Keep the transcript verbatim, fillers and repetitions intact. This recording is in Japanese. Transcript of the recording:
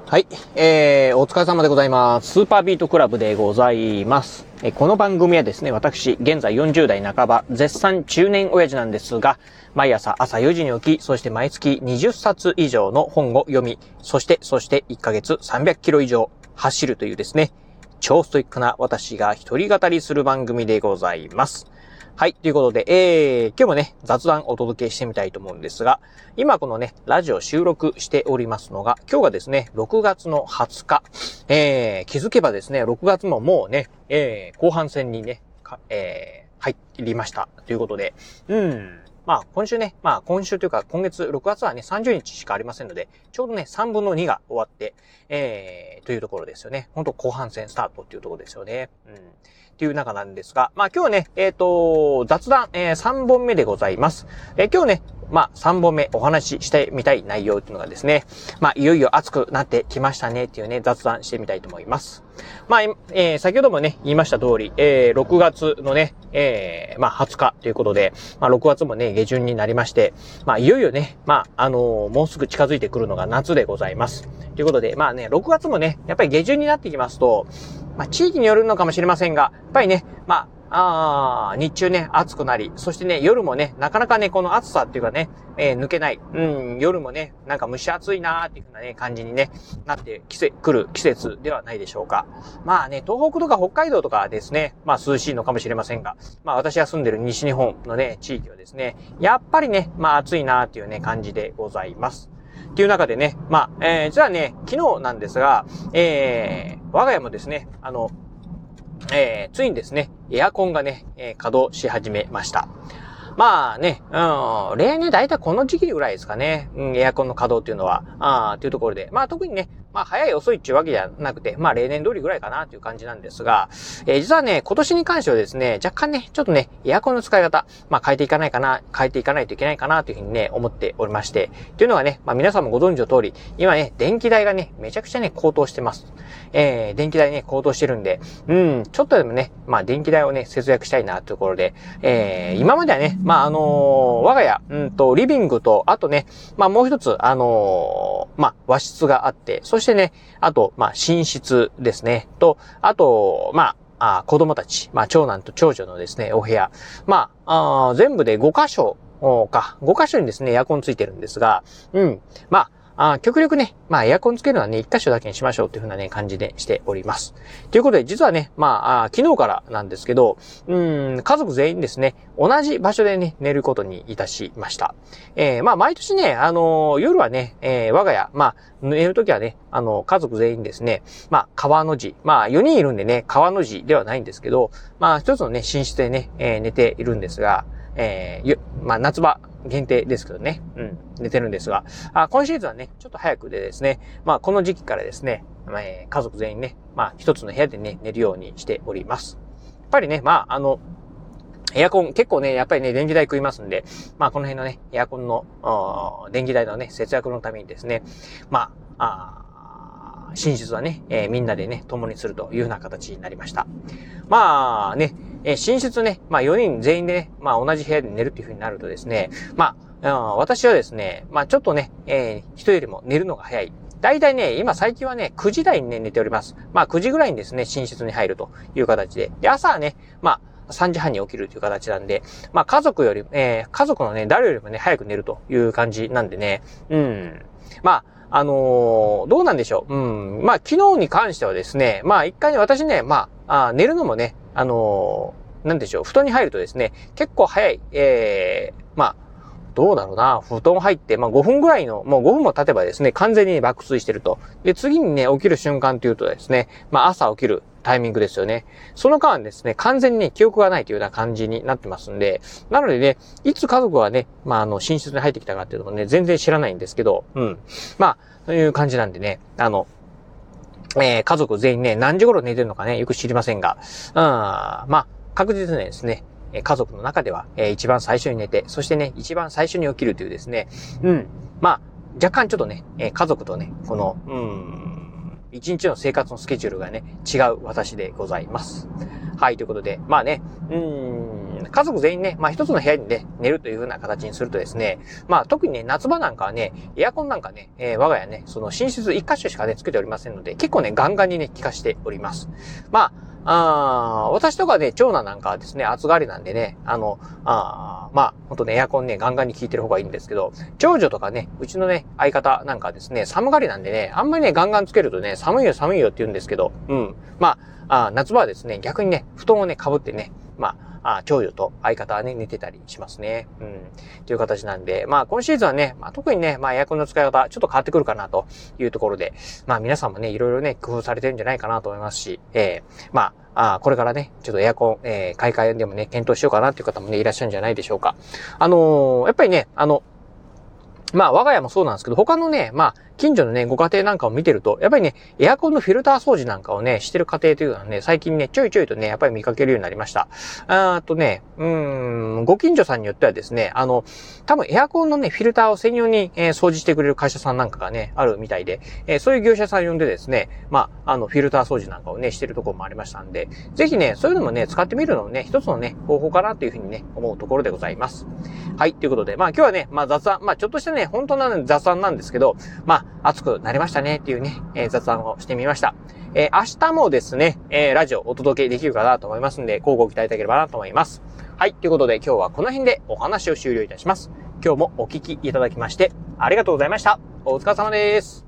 はい、えー、お疲れ様でございます。スーパービートクラブでございます。えー、この番組はですね、私、現在よんじゅう代半ば、絶賛中年親父なんですが、毎朝朝よじに起き、そして毎月にじゅっさつ以上の本を読み、そして、そしていっかげつさんびゃくキロ以上走るというですね、超ストイックな私が一人語りする番組でございます。はい。ということで、えー、今日もね、雑談お届けしてみたいと思うんですが、今このね、ラジオ収録しておりますのが、今日がですね、ろくがつのはつか、えー、気づけばですね、ろくがつももうね、えー、後半戦にね、えー、入りました。ということで、うん。まあ、今週ね、まあ、今週というか、今月、ろくがつはね、さんじゅうにちしかありませんので、ちょうどね、さんぶんのにが終わって、えー、というところですよね。ほんと後半戦スタートっていうところですよね。うん。っていう中なんですが、まあ今日はね、えっと、雑談、えー、さんぼんめでございます。えー、今日ね、まあさんぼんめお話ししてみたい内容っていうのがですね、まあいよいよ暑くなってきましたねっていうね、雑談してみたいと思います。まあ、えー、先ほどもね、言いました通り、えー、ろくがつのね、えー、まあはつかということで、まあろくがつもね、下旬になりまして、まあいよいよね、まああのー、もうすぐ近づいてくるのが夏でございます。ということで、まあね、ろくがつもね、やっぱり下旬になってきますと、まあ地域によるのかもしれませんが、やっぱりね、まあ、あ日中ね、暑くなり、そしてね、夜もね、なかなかね、この暑さっていうかね、えー、抜けない。うん、夜もね、なんか蒸し暑いなーっていう風なね、感じにね、なってきてくる季節ではないでしょうか。まあね、東北とか北海道とかですね、まあ涼しいのかもしれませんが、まあ私が住んでる西日本のね、地域はですね、やっぱりね、まあ暑いなーっていうね、感じでございます。っていう中でね、まあ、えー、実はね、昨日なんですが、えー、我が家もですね、あの、えー、ついにですね、エアコンがね、えー、稼働し始めました。まあね、うん、例年だいたいこの時期ぐらいですかね、うん、エアコンの稼働っていうのは、あーというところで、まあ特にね、まあ早い遅いっていうわけじゃなくて、まあ例年通りぐらいかなという感じなんですが、えー、実はね、今年に関してはですね、若干ね、ちょっとね、エアコンの使い方、まあ変えていかないかな、変えていかないといけないかなというふうにね、思っておりまして、というのがね、まあ皆さんもご存知の通り、今ね、電気代がね、めちゃくちゃね、高騰してます。えー、電気代ね、高騰してるんで、うん、ちょっとでもね、まあ電気代をね、節約したいなというところで、えー、今まではね、まああのー、我が家、うんと、リビングと、あとね、まあもう一つ、あのー、まあ和室があって、そしてね、あと、まあ寝室ですね、と、あと、まあ、あ子供たち、まあ長男と長女のですね、お部屋、まあ、あ全部でごかしょか、ごかしょにですね、エアコンついてるんですが、うん、まあ、あ極力ね、まあエアコンつけるのはね、一箇所だけにしましょうというふうなね、感じでしております。ということで、実はね、まあ、あ昨日からなんですけど、うーん、家族全員ですね、同じ場所でね、寝ることにいたしました。えー、まあ毎年ね、あのー、夜はね、えー、我が家、まあ、寝るときはね、あの、家族全員ですね、まあ、川の字、まあよにんいるんでね、川の字ではないんですけど、まあ一つのね、寝室でね、えー、寝ているんですが、えー、まあ夏場、限定ですけどね。うん。寝てるんですが。あ今シーズンはね、ちょっと早くでですね。まあ、この時期からですね、えー、家族全員ね、まあ、一つの部屋でね、寝るようにしております。やっぱりね、まあ、あの、エアコン結構ね、やっぱりね、電気代食いますんで、まあ、この辺のね、エアコンの、電気代のね、節約のためにですね、まあ、あ寝室はね、えー、みんなでね、共にするというような形になりました。まあね、えー、寝室ね、まあよにん全員でね、まあ同じ部屋で寝るっていう風になるとですね、まあ、私はですね、まあちょっとね、えー、人よりも寝るのが早い。だいたいね、今最近はね、くじ台にね、寝ております。まあくじぐらいにですね、寝室に入るという形で。で、朝はね、まあ、さんじはんに起きるという形なんで、まあ家族より、えー、家族のね、誰よりもね、早く寝るという感じなんでね、うん。まあ、あのー、どうなんでしょう。うん。まあ、昨日に関してはですね、まあ、一回ね、私ね、まあ、あ寝るのもね、あのー、なんでしょう、布団に入るとですね、結構早い、えー、まあ、どうだろうな、布団入って、まあごふんぐらいの、もうごふんも経てばですね、完全に爆睡してると。で、次にね、起きる瞬間というとですね、まあ朝起きるタイミングですよね。その間ですね、完全にね、記憶がないというような感じになってますんで、なのでね、いつ家族がね、まああの、寝室に入ってきたかっていうのもね、全然知らないんですけど、うん。まあ、そういう感じなんでね、あの、えー、家族全員ね、何時頃寝てるのかね、よく知りませんが、うん、まあ、確実にですね、家族の中では、えー、一番最初に寝て、そしてね、一番最初に起きるというですね、うん。まあ、若干ちょっとね、えー、家族とね、この、うん、一日の生活のスケジュールがね、違う私でございます。はい、ということで、まあね、うーん、 ん、家族全員ね、まあ一つの部屋にね、寝るという風な形にするとですね、まあ特にね、夏場なんかはね、エアコンなんかね、えー、我が家ね、その寝室一箇所しかね、つけておりませんので、結構ね、ガンガンにね、効かしております。まあ、あ私とかね、長男なんかはですね、暑がりなんでね、あの、あまあ、ほんとね、エアコンね、ガンガンに効いてる方がいいんですけど、長女とかね、うちのね、相方なんかはですね、寒がりなんでね、あんまりね、ガンガンつけるとね、寒いよ寒いよって言うんですけど、うん。まあ、あ夏場はですね、逆にね、布団をね、被ってね、まあ、あ長女と相方はね、寝てたりしますね。うん。という形なんで、まあ今シーズンはね、まあ特にね、まあエアコンの使い方、ちょっと変わってくるかなというところで、まあ皆さんもね、いろいろね、工夫されてるんじゃないかなと思いますし、えー、まあ、あこれからね、ちょっとエアコン、えー、買い替えでもね、検討しようかなっていう方もね、いらっしゃるんじゃないでしょうか。あのー、やっぱりね、あの、まあ我が家もそうなんですけど、他のね、まあ近所のね、ご家庭なんかを見てると、やっぱりね、エアコンのフィルター掃除なんかをね、してる家庭というのはね、最近ね、ちょいちょいとね、やっぱり見かけるようになりました。あとね、うーん、ご近所さんによってはですね、あの、多分エアコンのね、フィルターを専用に、えー、掃除してくれる会社さんなんかがね、あるみたいで、えー、そういう業者さん呼んでですね、まあ、あの、フィルター掃除なんかをね、してるところもありましたんで、ぜひね、そういうのもね、使ってみるのもね、一つのね、方法かなというふうにね、思うところでございます。はい、ということで、まあ今日はね、まあ雑談、まあちょっとしたね、本当な雑談なんですけど、まあ暑くなりましたねっていうね、えー、雑談をしてみました。えー、明日もですね、えー、ラジオお届けできるかなと思いますんで、交互期待いただければなと思います。はい、ということで今日はこの辺でお話を終了いたします。今日もお聞きいただきまして、ありがとうございました。お疲れ様です。